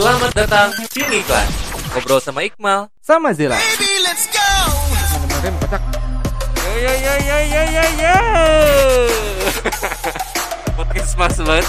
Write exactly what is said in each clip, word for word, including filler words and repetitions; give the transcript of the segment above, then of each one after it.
Selamat datang di Ngiklan. Ngobrol sama Iqmal sama Zila. Baby, let's go. Kemarin kocak. Yo yo yo yo yo yo yo. Podcast mas banget.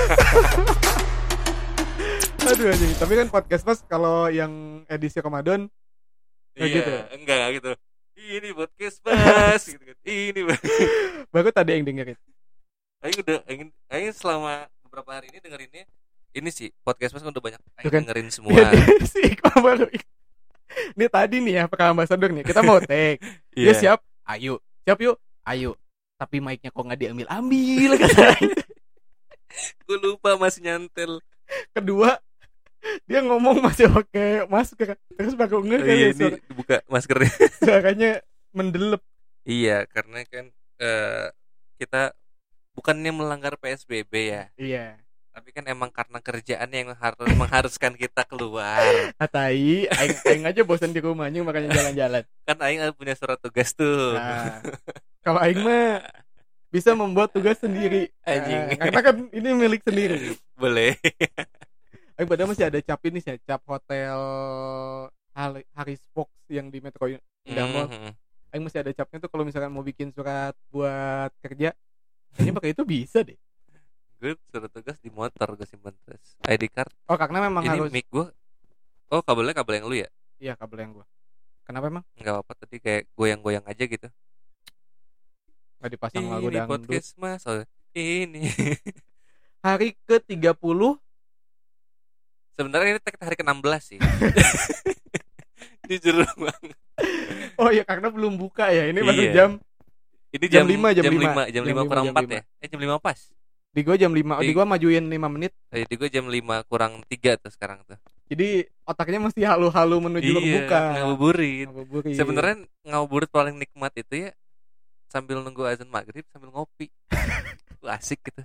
Aduh anjing, tapi kan podcast mas kalau yang edisi Ramadan kayak Iya, gitu. enggak gitu. Ini podcast mas gitu kan. Ini Baru tadi yang dengerin. Aing udah Aing, Aing selama beberapa hari ini dengerinnya ini sih podcast mas udah banyak Aing Tuh kan. dengerin semua. Iya, dia si Iqbal baru. Ini tadi nih ya Pak Ambasador nih, kita mau take. Dia Iya. siap, ayo. Siap yuk, ayo. Tapi mic-nya kok nggak diambil-ambil kata. Gue lupa masih nyantel. Kedua, dia ngomong masih pakai masker. Terus baru nge Oh, iya, ini dibuka maskernya. suaranya mendelep. Iya, karena kan eh, kita bukannya melanggar P S B B ya, Iya. tapi kan emang karena kerjaan yang harus mengharuskan kita keluar. Atai, aing, aing aja bosan di rumahnya makanya jalan-jalan. Kan Aing punya surat tugas tuh. Nah, kalau aing mah bisa membuat tugas sendiri. Anjing. Nah, karena kan ini milik sendiri. Boleh. Aing padahal masih ada cap ini sih, cap hotel Hal- Harris Fox yang di Metro Indah Mall. Mhm. Aing masih ada capnya tuh kalau misalkan mau bikin surat buat kerja. Kayaknya pakai itu bisa deh. Gue surat tugas di motor gue simpan terus. I D card. Oh, karena memang Ini harus. mic gue. Oh, kabelnya kabel yang lu ya? Iya, kabel yang gua. Kenapa emang? Enggak apa-apa tadi kayak goyang-goyang aja gitu. Nggak dipasang lagu Ini dangdut. podcast Mas. Oh, ini. Hari ke tiga puluh. Sebenarnya ini kita hari ke enam belas sih. Jujur banget. Oh iya, karena belum buka ya. Ini baru Iya. jam. Ini Jam jam, lima, jam jam lima. lima, jam Jam lima lima, kurang jam empat lima. ya? Eh jam lima pas. Di gua jam lima. Oh, di Di- gua majuin lima menit. Jadi gue jam lima kurang tiga tuh sekarang tuh. Jadi otaknya mesti halu-halu menuju berbuka. ngabuburit. Ngabuburit. Sebenarnya ngabuburit paling nikmat itu ya sambil nunggu azan maghrib sambil ngopi. Wah, asik gitu.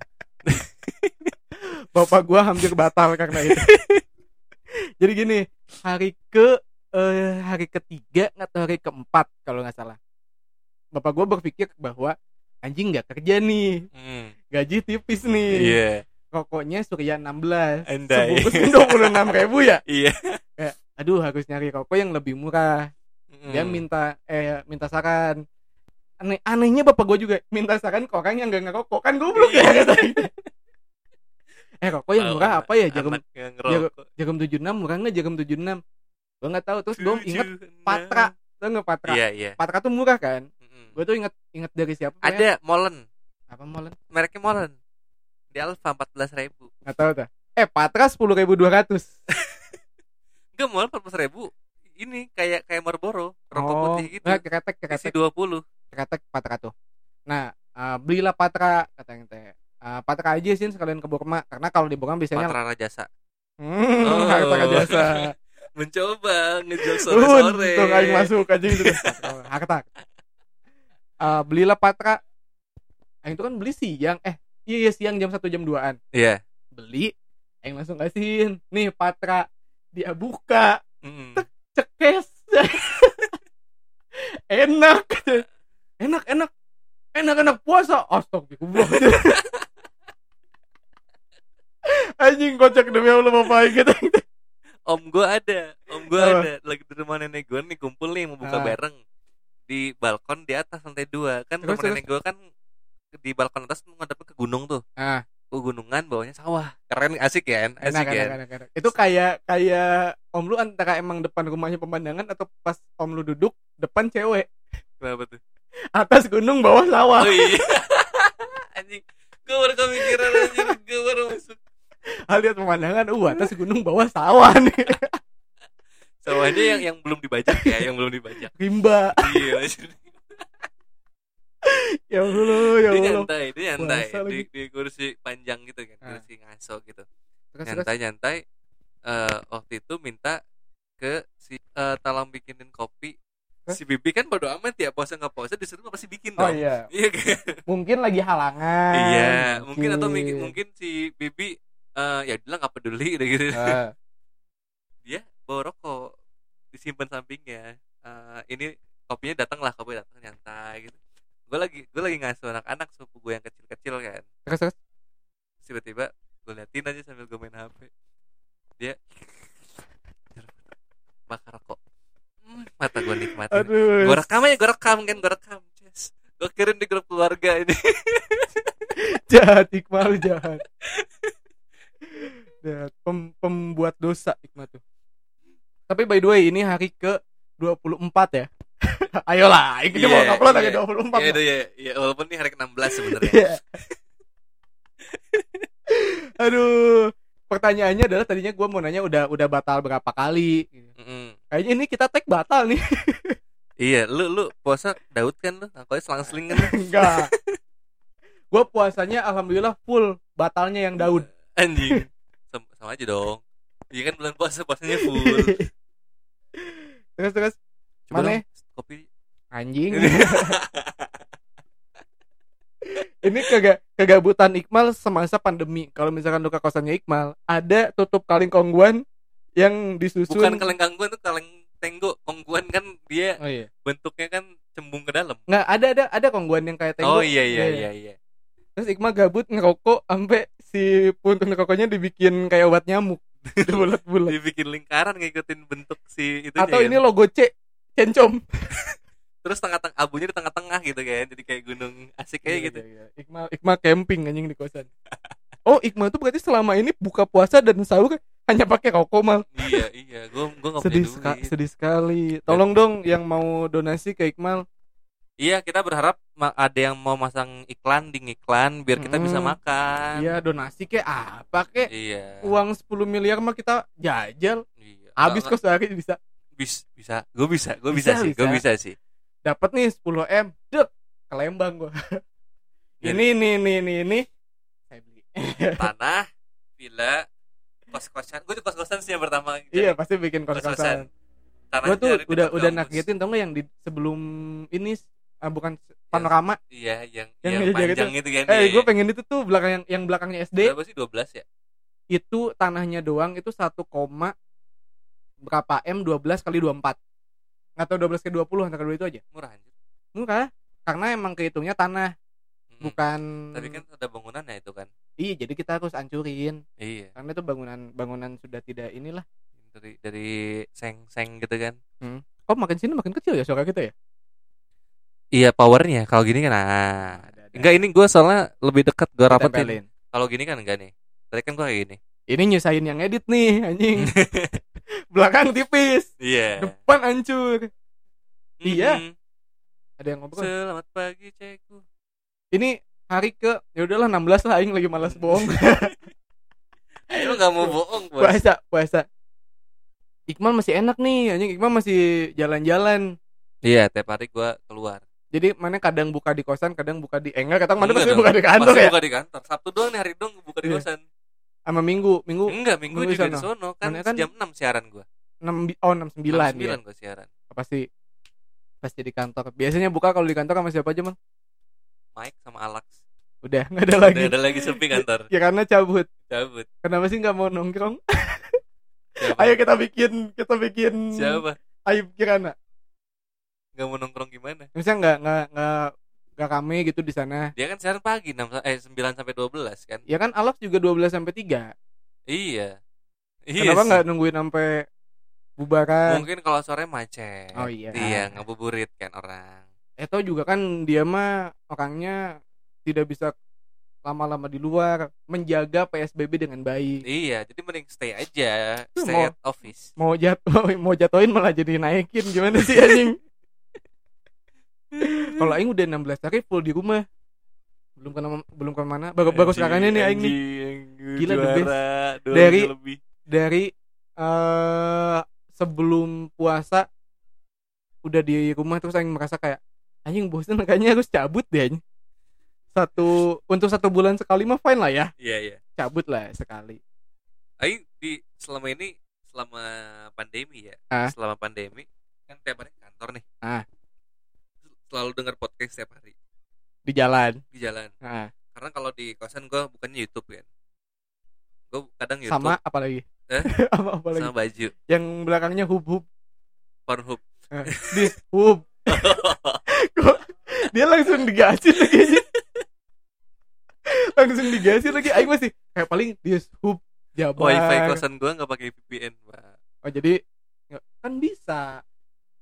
Bapak gua hampir batal karena itu. Jadi gini, hari ke eh, hari ketiga atau hari keempat kalau nggak salah. Bapak gua berpikir bahwa anjing nggak kerja nih, Hmm. gaji tipis nih. Iya. Rokoknya Surya enam belas. Andai. Sebungkusnya dua puluh enam ribu ya. Iya. Kayak, aduh harus nyari rokok yang lebih murah. Dia Hmm. minta eh minta saran. Aneh, anehnya bapak gue juga minta saran ke orang yang gak ngerokok. Kan goblok ya kata gitu. Eh rokok yang murah apa ya? Jarum Anak yang ngerokok. jarum tujuh puluh enam murah nggak jarum tujuh puluh enam? Gue nggak tahu. Terus gue inget tujuh puluh enam. Patra. Tau nggak Patra? Iya, iya. Patra tuh murah kan? Mm-mm. Gue tuh inget inget dari siapa? ya? Ada Molen. Apa molen? Mereknya Molen. Di Alfa empat belas ribu. Nggak tahu dah. Eh Patra sepuluh ribu dua ratus. Enggak, Molen empat belas ribu. Ini kayak kayak Marlboro, rokok Oh, putih gitu. nggak, keretek Isi keretek dua puluh. keretek Patra tuh. Nah, eh, belilah Patra katanya teh. Eh, Patra aja sih sekalian ke Burma karena kalau di Burma biasanya Patra Rajasa. hmm, Oh. harta jasa. Mencoba ngejok sore-sore. Untung aing masuk aja gitu. Harta. Eh, belilah Patra. Aing itu kan beli siang. Eh, iya, iya siang jam satu jam duaan. Iya. Beli, aing langsung kasihin. Nih Patra. Dia buka, Mm. cekes. Enak. Enak, enak. Enak-enak puasa. Astagfirullah. Anjing kocak demi Allah bapak aing gitu. Om gua ada, om gua Apa? ada lagi di rumah nenek gua nih kumpul nih mau buka Ah. bareng di balkon di atas lantai dua kan Terus, rumah nenek gua kan di balkon atas ngadepin ke gunung tuh. Ah. Oh, gunungan bawahnya sawah. Keren, asik kan? Asik Enak, kan? enak, enak, enak. Itu kayak kayak om lu antara emang depan rumahnya pemandangan atau pas om lu duduk depan cewek, Kenapa tuh? atas gunung bawah sawah. Oh iya. Anjing. Gua baru kepikiran anjing, gua baru masuk. Ah, lihat pemandangan, uh atas gunung bawah sawah nih. Sawahnya yang yang belum dibajak ya, yang belum dibajak. Rimba. Iya. Ya Allah, ya Dia Allah. nyantai, dia nyantai Puasa di, lagi. di kursi panjang gitu kan, Ah. kursi ngaso gitu. Terus, terus. Nyantai-nyantai eh, waktu itu minta ke si eh, tolong bikinin kopi. Hah? Si Bibi kan bodo amat ya, puasa nggak puasa disuruh pasti bikin Oh dong. iya. Iya kan? Mungkin lagi halangan. Iya, mungkin atau mungkin, mungkin si Bibi eh, ya bilang nggak peduli udah gitu. Ah. Dia bawa rokok disimpan sampingnya. Eh, ini kopinya datang lah, kopi datang nyantai gitu. Gue lagi gue lagi ngasuh anak-anak sepupu gue yang kecil-kecil kan. Terus, terus. Tiba-tiba gue liatin aja sambil gue main H P. Dia nikmat, gue nikmatin. Aduh. Gue rekam aja, gue rekam kan, gue rekam. Yes. Gue kirim di grup keluarga ini. Jahat Iqmal, jahat. Jahat. Pem- pembuat dosa Iqmal tuh. Tapi by the way ini hari ke dua puluh empat ya. Ayolah, ini mau upload lagi dua puluh empat. Iya, iya, iya, walaupun ini hari ke enam belas sebenarnya. Yeah. Aduh, pertanyaannya adalah tadinya gue mau nanya udah udah batal berapa kali. Mm-mm. Kayaknya ini kita tag batal nih. Iya, lu lu puasa Daud kan lu, aku selang-seling kan. Enggak. Gue puasanya alhamdulillah full, batalnya yang Daud. Anjing. Sama, sama aja dong. Iya kan bulan puasa, puasanya full. Terus terus Coba mana? dong, kopi. Anjing. Ini kega, kegabutan Iqmal semasa pandemi. Kalau misalkan lu ke kosannya Iqmal, ada tutup kaleng kongguan yang disusun. Bukan kaleng kangguan tuh, kaleng tenggo. Kongguan kan dia Oh iya. bentuknya kan cembung ke dalam. Nggak, ada ada ada kongguan yang kayak tenggo. Oh iya iya iya iya. Terus Iqmal gabut ngerokok sampai si puntung rokoknya dibikin kayak obat nyamuk. Bulat-bulat. Dibikin lingkaran ngikutin bentuk si itu. Atau kan? ini logo C, Cencom. Terus tengah-tengah abunya di tengah-tengah gitu kan. Jadi kayak gunung asik kayak Iya, gitu. iya, iya. Iqmal Iqmal camping anjing di kosan. Oh, Iqmal tuh berarti selama ini buka puasa dan sahur hanya pakai rokok mal. Iya iya, gua gua enggak punya Sedih duit. seka- sedih sekali. Tolong dong yang mau donasi ke Iqmal. Iya, kita berharap ma- ada yang mau masang iklan di iklan biar kita Hmm. bisa makan. Iya, donasi kek apa kek? Iya. Uang sepuluh miliar mah kita jajal. Iya. Habis Nggak- kok sehari bisa. bis bisa gue bisa gue bisa, Bisa, sih gue bisa. bisa sih Dapat nih sepuluh M. Dek, ke Lembang gua. Jadi- Ini ini ini ini ini saya beli. tanah villa kos-kosan. Gue di kos-kosan sih yang pertama. Iya, pasti bikin kos-kosan. kos-kosan. Tanahnya Gue tuh dari udah dekat udah kampus. nagetin tau nggak yang di sebelum ini ah, bukan panorama. Iya, yang Yang yang, ngejar panjang itu, kan. Eh, iya, gue iya. pengen itu tuh belakang yang yang belakangnya S D. Berapa sih, dua belas ya? Itu tanahnya doang itu satu koma berapa M, dua belas kali dua puluh empat. Nggak tahu dua belas kali dua puluh antara kedua itu aja. Murah anjir. Murah. Karena emang kehitungnya tanah, Mm-mm. bukan. Tapi kan ada bangunannya itu kan. Iya, jadi kita harus hancurin. Iya. Karena itu bangunan bangunan sudah tidak inilah. Dari dari seng-seng gitu kan. Oh, makin sini makin kecil ya suara kita ya? Iya, powernya kalau gini kan. Nah. Ada, ada. Enggak, ini gue soalnya lebih dekat gue rapetin. Ditempelin. Kalau gini kan enggak nih. Tadi kan gue kayak gini. Ini nyusahin yang edit nih, anjing. Belakang tipis, Iya. depan hancur. Iya. Mm-mm. Ada yang ngobrol. Selamat pagi, Ceku. Ini hari ke ya udahlah enam belas lah, aing lagi malas bohong. Lu gak mau bohong, Bos. puasa, puasa. Iqmal masih enak nih, anjing. Iqmal masih jalan-jalan. Iya, tiap hari gua keluar. Jadi mana kadang buka di kosan, kadang buka di eh enggak, kadang mana Enggak pasti dong. buka di kantor Pasti ya. buka di kantor. Sabtu doang nih, hari doang buka di Iya. kosan. Sama Minggu, Minggu Enggak, minggu minggu di juga di sono. sono kan, Mana kan? jam enam siaran gua. enam bi- oh enam sembilan jam sembilan ya. gua siaran. Pasti pasti di kantor. Biasanya buka kalau di kantor sama siapa aja, Mang? Mike sama Alex. Udah, enggak ada lagi. Udah ada lagi sepi kantor. Ya karena cabut. Cabut. Kenapa sih nggak mau nongkrong? Siapa? Ayo kita bikin kita bikin Siapa? Aib Kirana. Gak mau nongkrong gimana? Misalnya nggak nggak nggak nggak rame gitu di sana. Dia kan siaran pagi enam eh sembilan sampai dua belas kan. Ya kan Alex juga dua belas sampai tiga. Iya. Iya. Kenapa sih. nggak nungguin sampai bubaran? Mungkin kalau sore macet. Oh, iya. Iya, ngabuburit kan orang. Atau juga kan dia mah orangnya tidak bisa lama-lama di luar, menjaga P S B B dengan baik. Iya, jadi mending stay aja, Lu stay mau- at office. Mau jatuh mau jatuhin malah jadi naikin, gimana sih anjing? Kalau aing udah enam belas hari full di rumah. Belum kemana belum kemana. Baru baru sekarang ini aing nih Gila, the best. Dari- lebih. dari eh sebelum puasa udah di rumah terus aing merasa kayak anjing bosan, kayaknya harus cabut deh anjing. Satu untuk satu bulan sekali mah fine lah ya. Iya, iya. Cabut lah sekali. Aing di selama ini selama pandemi ya. Ah. Selama pandemi kan tiap hari ke kantor nih. Ah. Selalu dengar podcast tiap hari Di jalan. di jalan. Nah, Karena kalau di kosan gue bukannya YouTube kan. Gue kadang YouTube sama apa lagi? Eh? apa apa lagi? sama baju Yang belakangnya hub hub. Pornhub. Dis hub. Kok dia langsung digasin lagi aja. Langsung digasin lagi. Aing masih kayak paling dis hub Jabar. Wifi kosan gue nggak pakai V P N, Pak. Oh jadi nggak- kan bisa.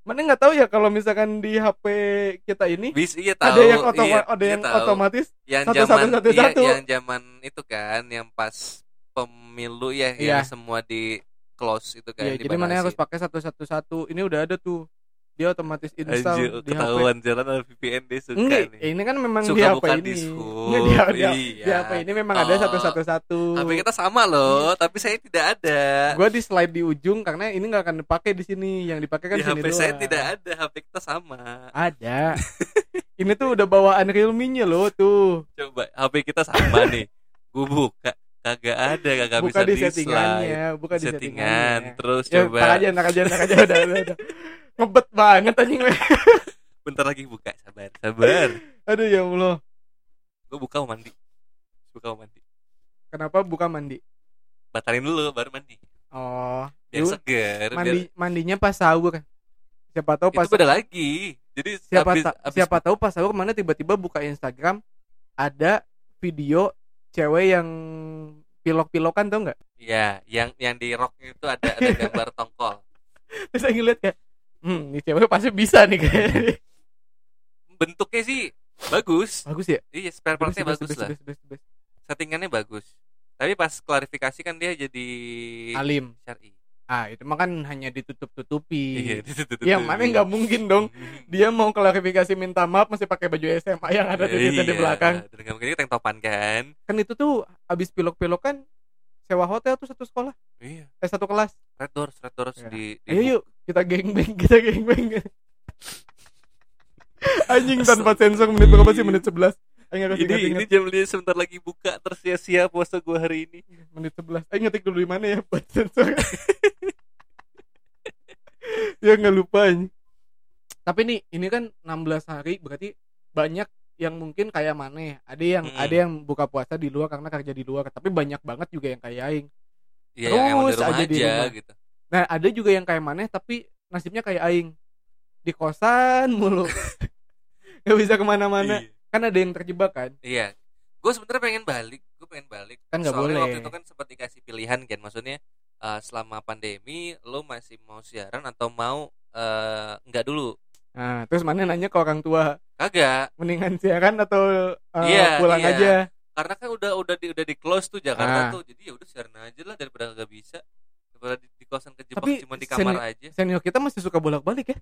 Mana nggak tahu ya kalau misalkan di H P kita ini Bis iya tahu. ada yang otoma- iya, ada iya yang tahu. otomatis Yang satu, zaman satu, satu, iya, satu. yang zaman itu kan, yang pas pemilu ya, Iya. yang semua di close itu kan. Iya, jadi mana harus dibatasin. pakai satu satu satu. Ini udah ada tuh. Dia otomatis install Anjir, di H P. ketahuan jalan ada V P N deh suka Enggak, nih. ini kan memang Suka di H P bukan ini. dishub. Enggak, di, di, Iya. di H P ini memang ada Oh. satu satu satu. H P kita sama loh, tapi saya tidak ada. Gua di slide di ujung karena ini nggak akan dipakai di sini. Yang dipakai kan Di H sini P saya doang. tidak ada, H P kita sama. Ada. Ini tuh udah bawaan Realme-nya loh tuh. Coba H P kita sama nih. Gue buka, kagak ada, kagak Buka bisa di di settingannya, slide. buka di Settingan, settingannya. terus Ya, coba ntar aja, ntar aja, ntar aja udah, udah, udah. Ngebet banget anjing. bentar lagi buka, sabar, sabar. Aduh ya Allah. Gue buka mau mandi. Buka mau mandi. Kenapa buka mandi? Batalin dulu baru mandi. Oh, Biar yuk, seger. mandi biar... mandinya pas sahur. Siapa tahu pas Itu beda lagi. Jadi siapa abis, ta- abis siapa tahu pas sahur mana tiba-tiba buka Instagram ada video cewek yang pilok-pilokan tau nggak? Iya, yang yang di rocknya itu ada ada gambar tongkol. Terus saya ngeliat kayak, hmm, ini cewek pasti bisa nih kayak. Bentuknya sih bagus. Bagus ya? Iya, spare partnya Best, bagus best, lah. best, best, best. Settingannya bagus. Tapi pas klarifikasi kan dia jadi Alim. syar'i. Ah, itu mah kan hanya ditutup-tutupi. Iya, ditutup-tutupi. Yang mana nggak mungkin dong. Dia mau klarifikasi minta maaf masih pakai baju S M A yang ada titiknya di Iya, belakang. Dan nggak mungkin tank topan kan? Kan itu tuh abis pilok-pilokan sewa hotel tuh satu sekolah, Iya. eh satu kelas. Red Doors, Red Doors Ya. di, di Ayo yuk kita gengbeng, kita gengbeng. Anjing tanpa sensor menit berapa sih? Menit sebelas. Ayo ngetik ini ini jam dia sebentar lagi buka tersia-sia puasa gua hari ini. menit sebelas. Ayo ngetik dulu di mana ya buat sensor. Ya nggak lupa ini. Tapi nih ini kan enam belas hari berarti banyak yang mungkin kayak mana, ada yang Mm-mm. ada yang buka puasa di luar karena kerja di luar, tapi banyak banget juga yang kayak aing. Iya, yang emang di Terus rumah aja di aja rumah. gitu. Nah ada juga yang kayak mana tapi nasibnya kayak aing di kosan mulu. Gak bisa kemana-mana. Iya. Kan ada yang terjebak kan. Iya. Gue sebenarnya pengen balik, gue pengen balik. Kan nggak Soalnya boleh. waktu itu kan sempat dikasih pilihan kan, maksudnya eh, selama pandemi lo masih mau siaran atau mau eh, nggak dulu? Nah terus mana nanya ke orang tua, Kagak. mendingan siaran atau uh, Iya, pulang iya. aja. Karena kan udah udah di udah di close tuh Jakarta Ah. tuh, jadi ya udah siaran aja lah daripada nggak bisa, daripada di, di kosan kejebak Tapi cuma di kamar seni- aja. Senior kita masih suka bolak-balik ya.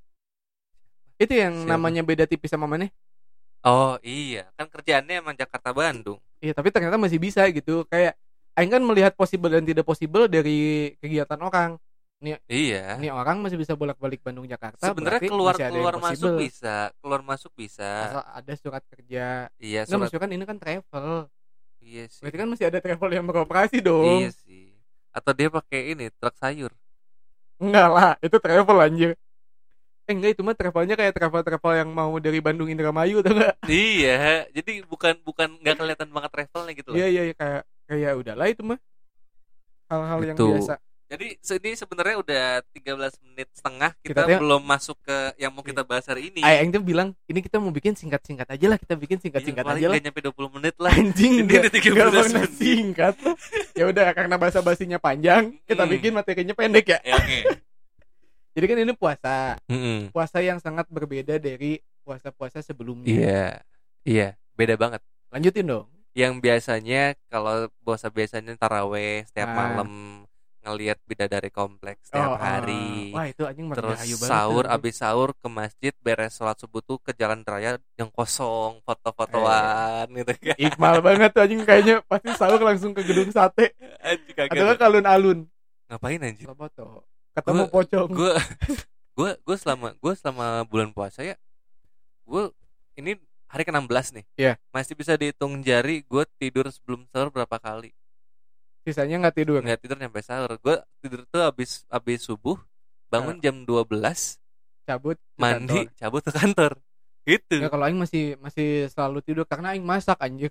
Itu yang Siapa? namanya beda tipis sama mana? Oh iya, kan kerjaannya emang Jakarta Bandung. Iya tapi ternyata masih bisa gitu. Kayak aing kan melihat possible dan tidak possible dari kegiatan orang. Iya. Ini orang masih bisa bolak-balik Bandung Jakarta. Sebenarnya berarti keluar masih ada keluar yang masuk possible. bisa, keluar masuk bisa. Asal ada surat kerja. Iya, Nggak surat. maksudnya kan ini kan travel. Iya sih. Berarti kan masih ada travel yang beroperasi dong. Iya sih. Atau dia pakai ini truk sayur. Enggak lah, itu travel anjir. Eh enggak, itu mah travelnya kayak travel-travel yang mau dari Bandung Indramayu tuh enggak? Iya, jadi bukan bukan nggak kelihatan banget travelnya gitu loh. Iya iya iya, kayak kayak udahlah itu mah. Hal-hal yang Gitu. biasa. Jadi se- ini sebenarnya udah tiga belas menit setengah kita, Kita tuh- belum masuk ke yang mau kita bahas hari ini. Aing tuh bilang, ini kita mau bikin singkat-singkat aja lah, kita bikin singkat-singkat Iya, paling aja lah. nggak nyampe dua puluh menit lah. Anjing Ini enggak, udah tiga enggak belas pernah menit. singkat. Ya udah karena bahasa basinya panjang, kita Hmm. bikin materinya pendek ya. Ya, oke. Jadi kan ini puasa. Mm-mm. Puasa yang sangat berbeda dari puasa-puasa sebelumnya. Iya, iya, beda banget. Lanjutin dong. Yang biasanya kalau puasa biasanya taraweh setiap Ah. malam, ngelihat bidadari kompleks setiap Oh, oh. hari. Wah, itu anjing Terus mergahayu banget. sahur, tuh. abis sahur ke masjid, beres sholat subuh tuh ke jalan raya yang kosong, foto-fotoan gitu kan. Iqbal banget tuh anjing, kayaknya pasti sahur langsung ke gedung sate Anjing kagak. atau ke alun-alun. Ngapain anjir? Foto. Ketemu Gua- pocong. Gue gue gue selama gue selama bulan puasa ya, gue ini hari ke enam belas nih. Iya. Masih bisa dihitung jari gue tidur sebelum sahur berapa kali. Sisanya nggak tidur. Nggak tidur nyampe sahur. Gue tidur tuh abis abis subuh, bangun Ah. jam dua belas, Cabut ke mandi, kantor. cabut ke kantor. Gitu. Nggak, kalau aing masih masih selalu tidur karena aing masak anjir.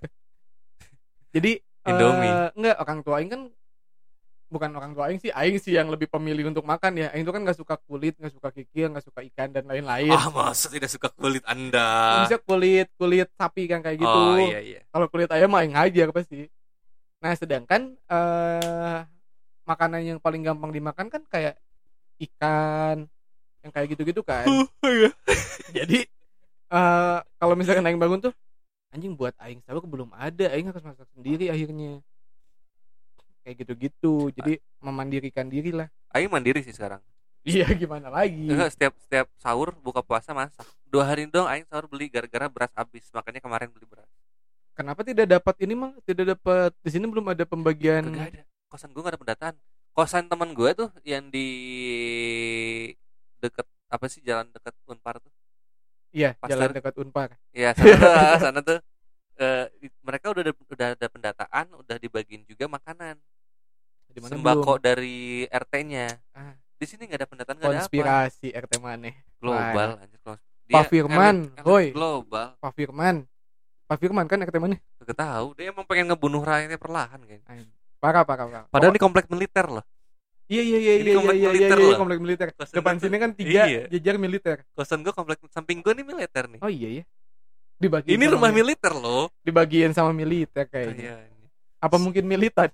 Jadi Indomie. eh, enggak, orang tua aing kan bukan orang tua aing sih, aing sih yang lebih pemilih untuk makan ya. Aing tuh kan nggak suka kulit, nggak suka kikil, nggak suka ikan dan lain-lain. Ah, masa tidak suka kulit Anda? Bisa kulit kulit sapi kan kayak gitu. Oh iya iya. Kalau kulit ayam mah aing hajar pasti. Nah, sedangkan eh makanan yang paling gampang dimakan kan kayak ikan, yang kayak gitu-gitu kan. Iya. Jadi eh kalau misalkan aing bangun tuh anjing buat aing sahur belum ada, aing harus masak sendiri akhirnya. Kayak gitu-gitu. Jadi memandirikan diri lah. Aing mandiri sih sekarang. Iya, gimana lagi? Enggak, setiap setiap sahur buka puasa masak. Dua hari dong aing sahur beli gara-gara beras habis. Makanya kemarin beli beras. Kenapa tidak dapat ini mah? Tidak dapat di sini belum ada pembagian. Kagak ada. Kosan gue gak ada pendataan. Kosan teman gue tuh yang di deket apa sih jalan deket Unpar tuh. Iya, Pasteur. jalan dekat Unpar. Iya, sana tuh, sana tuh eh, mereka udah ada, udah ada pendataan, udah dibagiin juga makanan. Di mana Sembako belum? dari R T-nya. Ah, Di sini nggak ada pendataan, nggak ada apa. konspirasi R T maneh. Global anjir. Dia Pak Firman, elit- elit hoi. global. Pak Firman. Pak Firman kan R T maneh. Gak tahu, dia emang pengen ngebunuh rakyatnya perlahan kayaknya. Parah, parah, parah. Padahal Oh, ini komplek militer loh. iya iya iya ini iya komplek iya iya militer iya, loh. komplek militer. Kosan Depan gua sini tuh- kan tiga iya. jejer militer. Kosan gue komplek samping gue nih militer nih. Oh iya ya. Dibagiin Ini sama rumah mil- militer loh. dibagiin sama militer kayaknya. Iya. Apa mungkin militan?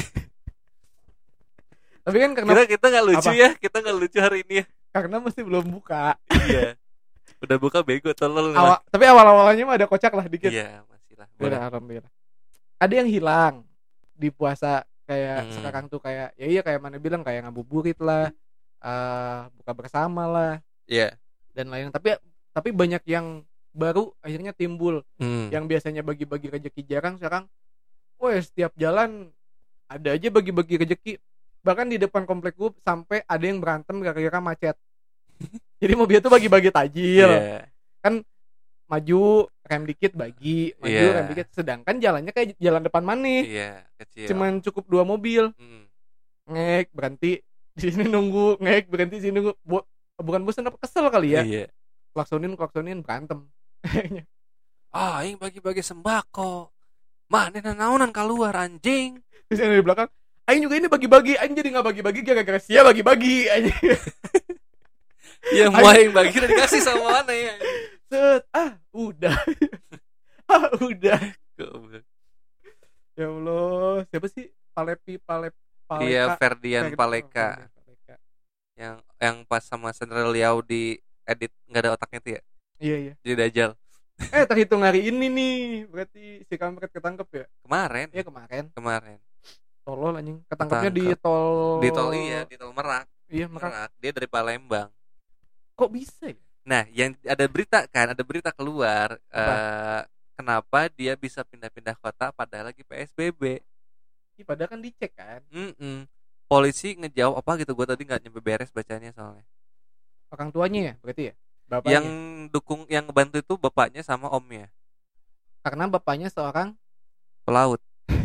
Tapi kan karena Kira kita nggak lucu Apa? ya, kita nggak lucu hari ini ya. karena masih belum buka. Iya. Udah buka bego tolol. Awal, tapi awal-awalnya mah ada kocak lah dikit. Iya, masih lah. Boleh, Boleh. alhamdulillah. Ada yang hilang di puasa kayak Hmm. sekarang tuh kayak ya iya kayak mana bilang kayak ngabuburit lah, eh buka bersama lah Iya. dan lain. Tapi tapi banyak yang baru akhirnya timbul Hmm. yang biasanya bagi-bagi rezeki jarang sekarang. Wah, setiap jalan ada aja bagi-bagi rezeki. Bahkan di depan komplek gue sampai ada yang berantem gara-gara macet. Jadi mobil tuh bagi-bagi tajil. Iya. Maju rem dikit bagi, maju Iya. rem dikit. Sedangkan jalannya kayak jalan depan mana? Iya, kecil. Cuman cukup dua mobil. Hmm. Ngek berhenti di sini nunggu, ngek berhenti di sini nunggu. Bu- bukan bosan apa kesel kali ya. Iya. Klaksonin klaksonin berantem. Ah, aing bagi-bagi sembako. Mana nanaunan keluar anjing. Terus yang di belakang, aing juga ini bagi-bagi, aing jadi nggak bagi-bagi gara-gara sia bagi-bagi. Aing Yang mau aing bagi udah dikasih sama mana ya? set, ah udah, ah udah. Goblok. Ya Allah, siapa sih Palepi Palep Paleka? Iya, Ferdian Ferdi- Paleka. oh, Paleka. Yang yang pas sama Sandra Liao di edit nggak ada otaknya tuh ya. Iya iya. Jadi Dajjal. Eh terhitung hari ini nih, berarti si kampret ketangkep ya? Kemarin. Iya kemarin. Kemarin. Tolol anjing, ketangkepnya di Ketangkep. tol. Di tol iya, di tol Merak. Iya Merak. Merak. Dia dari Palembang. Kok bisa ya? Nah, yang ada berita kan, ada berita keluar Apa? eh, kenapa dia bisa pindah-pindah kota padahal lagi P S B B. Ih, padahal kan dicek kan. Mm-mm. Polisi ngejawab apa gitu, gue tadi nggak nyampe beres bacanya soalnya. Orang tuanya ya, berarti ya? Bapaknya. Yang dukung, yang ngebantu itu bapaknya sama omnya, Karena bapaknya seorang pelaut.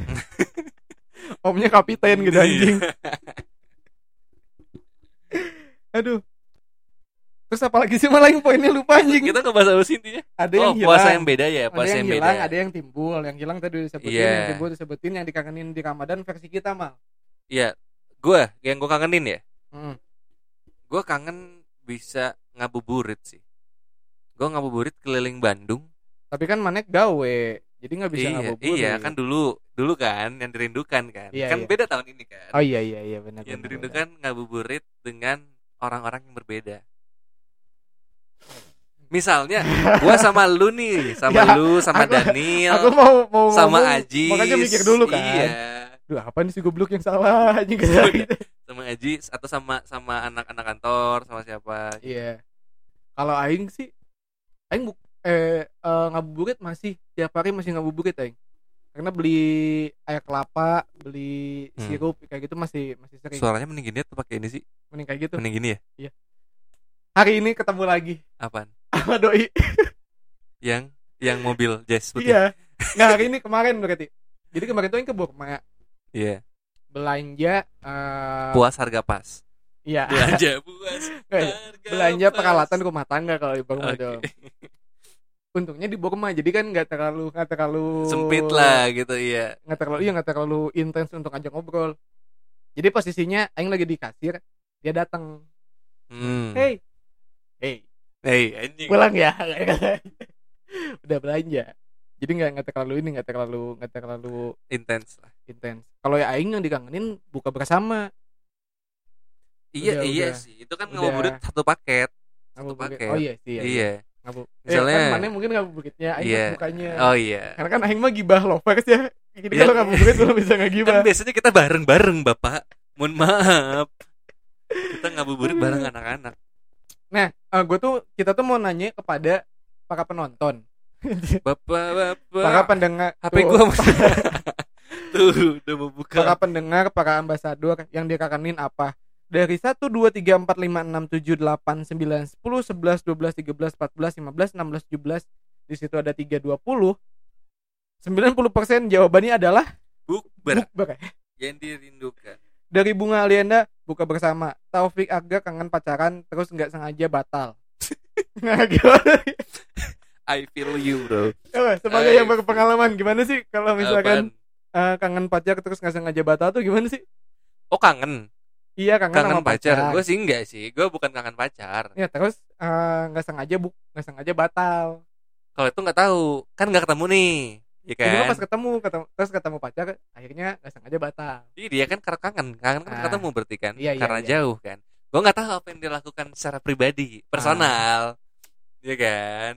omnya kapiten gitu anjing. Aduh. Terus apalagi sih malah yang poinnya lupa anjing. Kita ngebahas apa sih intinya? Ada Oh, yang hilang. puasa yang beda ya, Ada puasa yang yang hilang, beda. ada yang timbul. Yang hilang tadi disebutin, Iya. yang timbul disebutin, yang dikangenin di Ramadan versi kita mal. Iya, gue yang gue kangenin ya. Hmm. Gue kangen bisa ngabuburit sih. Gue ngabuburit keliling Bandung. Tapi kan manek gawe, jadi nggak bisa iya, ngabuburit. iya kan dulu, dulu kan yang dirindukan kan. Iya, kan iya. beda tahun ini kan. Oh iya iya iya benar. yang benar, dirindukan ngabuburit dengan orang-orang yang berbeda. Misalnya, gua sama lu nih, sama Ya, lu, sama aku- Daniel, Aku mau mau sama ngomong, Ajis. makanya mikir dulu kan. Iya. Duh apa nih si goblok yang salah anjing gitu. Sama Ajis atau sama sama anak-anak kantor, sama siapa? Iya. Kalau aing sih aing buk, eh, eh, ngabuburit masih tiap hari masih ngabuburit aing. Karena beli air kelapa, beli Hmm. sirup kayak gitu masih masih sering. Suaranya mending gini atau pakai ini sih? Mending kayak gitu. Mending gini ya? Hari ini ketemu lagi Apaan? sama doi. Yang yang mobil jazz putih. Iya. Nggak hari ini kemarin berarti. Jadi kemarin tuh aing ke Burma Iya. belanja eh Puas harga pas. iya. Belanja puas. Nggak, iya. harga belanja pas. peralatan rumah tangga kalau di Burma Oke. dong. Untungnya di Burma jadi kan nggak terlalu nggak terlalu Sempit lah gitu iya. nggak terlalu iya nggak terlalu intens untuk ajak ngobrol. Jadi posisinya aing lagi di kasir, dia datang. Hmm. Hey, hey, Hey, anjing. pulang ya. Udah belanja. Jadi nggak nggak terlalu ini nggak terlalu nggak terlalu Intens lah. intens. Kalau ya aing yang dikangenin buka bersama. Iya Udah, iya udah. sih, itu kan Udah. ngabuburit satu paket. Satu Ngabuburit. paket. Oh iya sih. Iya. Iya. Ngabu. Misalnya- eh, kan mana mungkin ngabuburitnya, aing Iya. bukannya. Oh iya. Karena kan aing mah gibah lovers ya. Jadi Iya. kalau ngabuburit belum bisa ngagibah. Kan biasanya kita bareng-bareng, Bapak. Mohon maaf. Kita ngabuburit bareng anak-anak. Nah, gue tuh kita tuh mau nanya kepada para penonton, Bapak-bapak. para pendengar, H P gua masih. Tuh, udah mau para buka. pendengar, para ambasador yang dirakenin apa? Dari satu, dua, tiga, empat, lima, enam, tujuh, delapan, sembilan, sepuluh, sebelas, dua belas, tiga belas, empat belas, lima belas, enam belas, tujuh belas. Di situ ada tiga, dua puluh. sembilan puluh persen jawabannya adalah Bukber bukber. yang dirindukan. Dari Bunga Alienda, buka bersama. Taufik Aga kangen pacaran terus nggak sengaja batal. Nah, gimana? I feel you, bro. Coba, sebagai Eh, yang berpengalaman, gimana sih kalau misalkan Apaan? eh, kangen pacar terus nggak sengaja batal tuh gimana sih? Oh, kangen. Iya, kangen, Kangen sama pacar. pacar. Gue sih enggak sih. Gue bukan kangen pacar. Ya terus eh, nggak sengaja buk nggak sengaja batal. Kalau itu nggak tahu, kan nggak ketemu nih, ya Jadi kan? pas ketemu, ketemu terus ketemu pacar akhirnya nggak sengaja batal. Iya, dia kan karena kangen, kangen kan Ah. ketemu berarti kan, Iya, iya, karena iya. jauh kan. Gue nggak tahu apa yang dilakukan secara pribadi, personal, ya kan?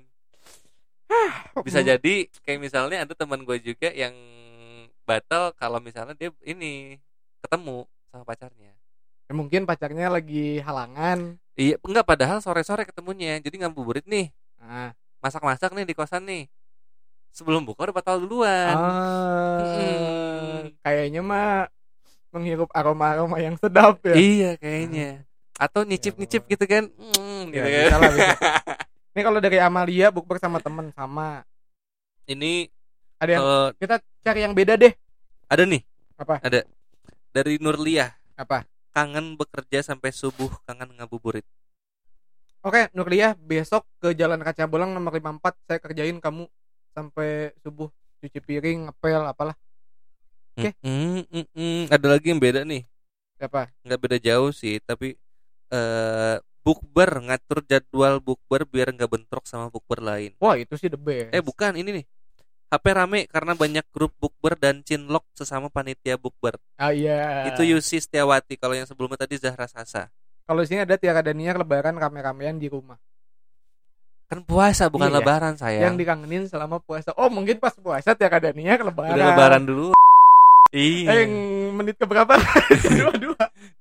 Bisa Hmm. jadi kayak misalnya ada teman gue juga yang batal kalau misalnya dia ini ketemu sama pacarnya. Ya, mungkin pacarnya lagi halangan. Iya, enggak, padahal sore-sore ketemunya, jadi ngabuburit nih, Nah, masak-masak nih di kosan nih. Sebelum buka udah batal duluan. ah, Mm-mm. kayaknya mah menghirup aroma-aroma yang sedap ya. Iya kayaknya. Atau nyicip-nyicip Ya, gitu kan. Mm, Ya, gitu kan. bisa lah, bisa. Ini kalau dari Amalia bukber sama temen sama. Ini Ada yang kalau kita cari yang beda deh. ada nih. Apa? Ada. Dari Nurliah. Apa? Kangen bekerja sampai subuh, kangen ngabuburit. Oke, Nurliah, besok ke Jalan Kaca Bolang nomor lima puluh empat saya kerjain kamu sampai subuh, cuci piring, ngepel, apalah. Oke. Mm, mm, mm. Ada lagi yang beda nih. Apa? Nggak beda jauh sih, tapi eh bukber, ngatur jadwal bukber biar nggak bentrok sama bukber lain. Wah, itu sih the best. Eh bukan, ini nih. H P rame karena banyak grup bukber dan cinlok sesama panitia bukber. Ah iya. Itu Yusi Setiawati. Kalau yang sebelumnya tadi Zahra Sasa. Kalau di sini ada Tiara Daniar lebaran rame-ramean di rumah. Kan puasa bukan Iya. lebaran sayang. Yang dikangenin selama puasa. Oh, mungkin pas puasa Tiara Daniar lebaran. Udah lebaran dulu. Eh, Iya. yang menit keberapa? Dua-dua.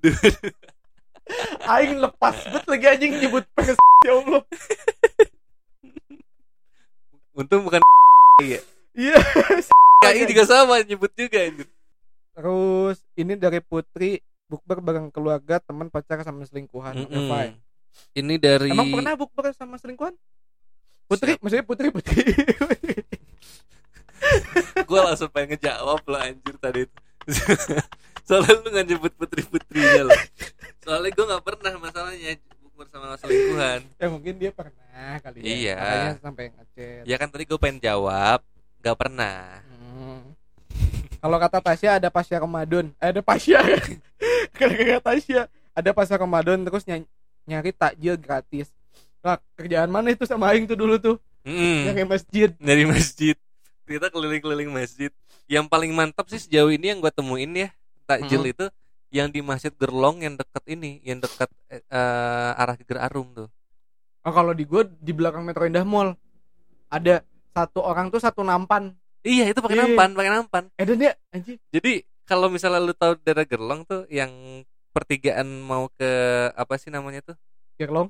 Aing lepas bet lagi anjing nyebut penges. Ya Allah. Untung bukan. Iya. Iya. Kayaknya juga sama nyebut juga anjir. Terus ini dari Putri, bukber bareng keluarga, teman, pacar sama selingkuhan. Oke, Mm-mm. fine. Ini dari Emang pernah bukber sama selingkuhan? Putri, Siap. maksudnya Putri, Putri. Gue langsung pengen ngejawab lo anjir tadi itu. Soalnya lu gak nyebut putri-putrinya lo. Soalnya gue gak pernah masalahnya bukber sama selingkuhan. Ya mungkin dia pernah kali ya. Iya. Makanya sampai ngechat. Ya kan tadi gue pengen jawab, gak pernah. Hmm. Kalau kata Tasya ada Pasya Ramadan. Eh, ada Pasya. Kalau kata Tasya ada Pasya Ramadan terus ny- nyari takjil gratis. Nah, kerjaan mana itu sama Aing tuh dulu tuh? Mm-mm. Nyari masjid. Dari masjid. Kita keliling-keliling masjid. Yang paling mantap sih sejauh ini yang gue temuin ya takjil Mm-mm. itu yang di Masjid Gerlong yang dekat ini, yang dekat eh, arah Geger Arum tuh. Oh, kalau di gue di belakang Metro Indah Mall ada satu orang tuh satu nampan. Iya itu pakai Iya. nampan, pakai nampan. Eh dan dia anjing. Jadi kalau misalnya lu tahu daerah Gerlong tuh yang pertigaan mau ke apa sih namanya tuh? Gerlong.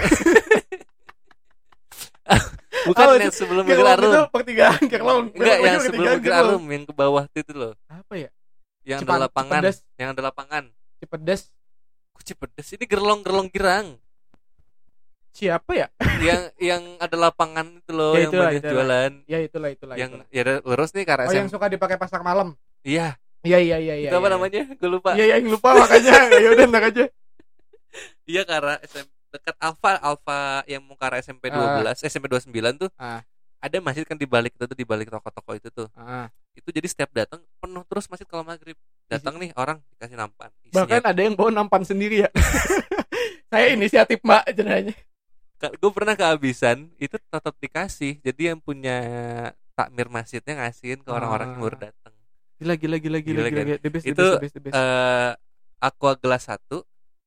Bukan Oh, yang itu- sebelum Geger Gerlong Arum. itu pertigaan Gerlong. Enggak, Belok yang lagi sebelum pertigaan Geger Arum yang ke bawah itu loh. Apa ya? Yang Cipan- ada lapangan, Cipedes. yang ada lapangan. Cipedes. Kok Cipedes ini Gerlong-gerlong Girang. Siapa ya? yang yang ada lapangan itu loh Ya, yang itulah, banyak itulah. jualan. Ya itulah itulah. Yang itulah. ya ada- lurus nih ke arah Oh, S M. yang suka dipakai pasar malam. Iya, Iya iya iya iya. itu apa iya. namanya? Gue lupa. Iya, yang lupa makanya. Ya udah ntar aja. Iya ke arah S M dekat Alfa Alfa yang mau ke arah S M P dua belas, S M P dua puluh sembilan tuh. Ah. Ada masjid kan di balik itu tuh, di balik toko-toko itu tuh. Ah. Itu jadi setiap datang penuh terus masjid kalau maghrib. Datang nih orang dikasih nampan. Bahkan ada yang bawa nampan sendiri ya. Saya inisiatif Mbak jenanya. Gue pernah kehabisan itu tetap dikasih. Jadi yang punya takmir masjidnya ngasihin ke orang-orang yang baru datang. Gila gila gila gila Gila, gila. kan? gila. The best, the Itu best, the best, the best. eh Aqua gelas satu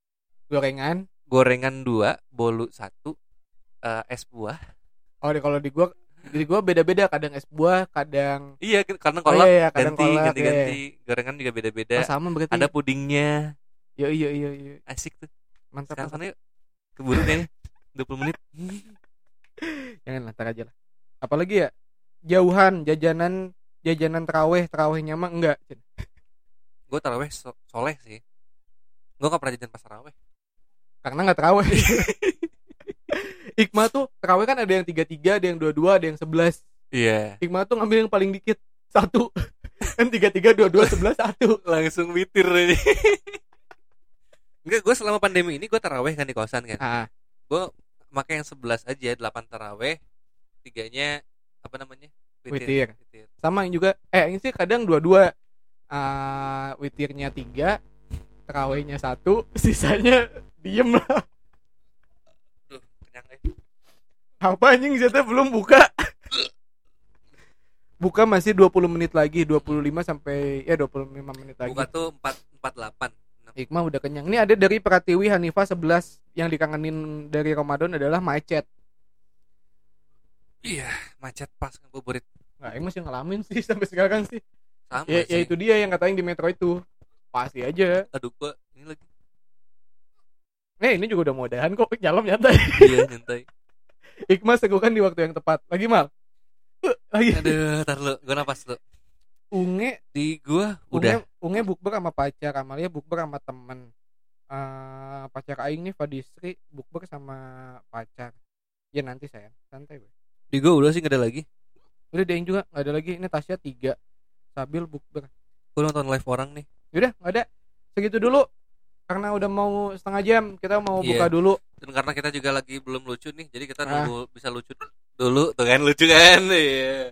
Gorengan. gorengan dua, bolu satu, eh, es buah. Oh, di- kalau di gua di gua beda-beda, kadang es buah, kadang Iya, karena Oh, kolak iya, iya, kadang ganti, kolak, ganti-ganti. Gorengan juga beda-beda. oh, sama berarti. Ada pudingnya. Iya iya iya iya. Asik tuh. Mantap. Sekarang mantap. sana yuk. Keburu kayaknya dua puluh menit. Jangan lah, ntar aja lah. Apalagi ya? Jauhan, jajanan jajanan terawih, terawihnya mah enggak. Gue taraweh so- soleh sih. Gue gak pernah jajan pas taraweh. Karena nggak terawih. Hikmah tuh terawih kan ada yang tiga tiga, ada yang dua dua, ada yang sebelas. Iya. Hikmah tuh ngambil yang paling dikit, satu. Kan tiga tiga, dua dua, sebelas, satu. Langsung witir ini. Enggak, gue selama pandemi ini gue taraweh kan di kosan kan. Ah, Gue pakai yang sebelas aja, delapan taraweh, tiganya apa namanya? Witir. Sama yang juga, eh ini sih kadang dua dua. Ah, witirnya tiga, terawihnya satu, sisanya diem lah. Duh, kenyang eh. Apa anjing, saya belum buka. Buka masih dua puluh menit lagi, dua puluh lima sampai ya dua puluh lima menit lagi. Buka tuh empat empat delapan. Hikmah udah kenyang. Ini ada dari Pratiwi Hanifah sebelas, yang dikangenin dari Ramadan adalah macet. Iya, macet pas ngabuburit. Nah, yang masih ngalamin sih sampai sekarang sih. Sama Ya, ya sih. itu dia yang katanya di metro itu. Pasti aja. Aduh, gue ini lagi. Eh, ini juga udah mau udahan kok, jalan nyantai. Iya, nyantai. Hikmah segukan di waktu yang tepat. Lagi mal. Uh, lagi. Aduh, tar lu, gue napas lu. Unge, Di gue Unge, udah. Unge bukber sama pacar, Amalia bukber sama temen. Eh, pacar aing nih Fadisri bukber sama pacar. Ya nanti sayang, santai gue. Di gue udah sih gak ada lagi. Udah dia juga nggak ada lagi. Ini Tasya tiga, Sabil bukber. Gue nonton live orang nih. Udah nggak ada. Segitu dulu. Karena udah mau setengah jam, kita mau Iya. buka dulu. Dan karena kita juga lagi belum lucu nih, jadi kita Ah. nunggu bisa lucu dulu. Tuh kan lucu kan? Iya.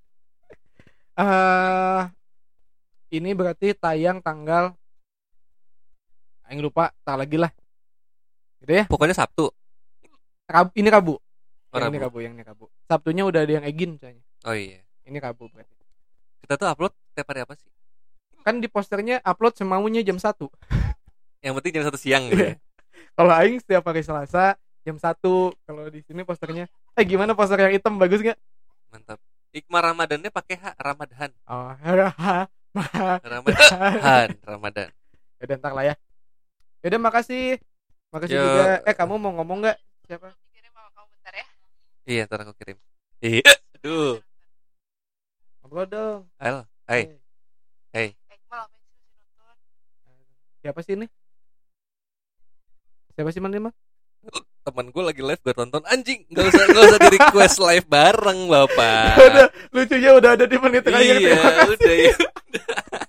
eh ini berarti tayang tanggal, aing lupa, tak lagi lah. Gitu ya. Pokoknya Sabtu. Rabu, ini Rabu. Oh, yang ini Rabu. Rabu, yang ini Rabu. Sabtunya udah ada yang Egin soalnya. Oh iya. Ini Rabu berarti. Kita tuh upload tiap hari apa sih? Kan di posternya upload semaunya jam satu. Yang penting jam satu siang gitu ya. Kalau aing setiap hari Selasa jam satu. Kalau di sini posternya, eh gimana poster yang hitam, bagus nggak? Mantap. Hikmah Ramadannya pakai H, Ramadan. Oh, hahaha. Ramadan. Ramadan. Udah ntar lah ya. Udah, makasih. Makasih Yo. juga. Eh, kamu mau ngomong nggak? Siapa? Kirim sama kamu bentar ya. Iya, ntar aku kirim. Iya. Aduh. Ngobrol dong. Al, hai. Hai. Eh, Iqbal apa sih masih nonton? Siapa sih ini? Siapa sih mana? Temen gue lagi live gue tonton, anjing nggak usah nggak usah di request live bareng bapak. Udah, lucunya udah ada di menit terakhir. Iya Terima kasih. udah ya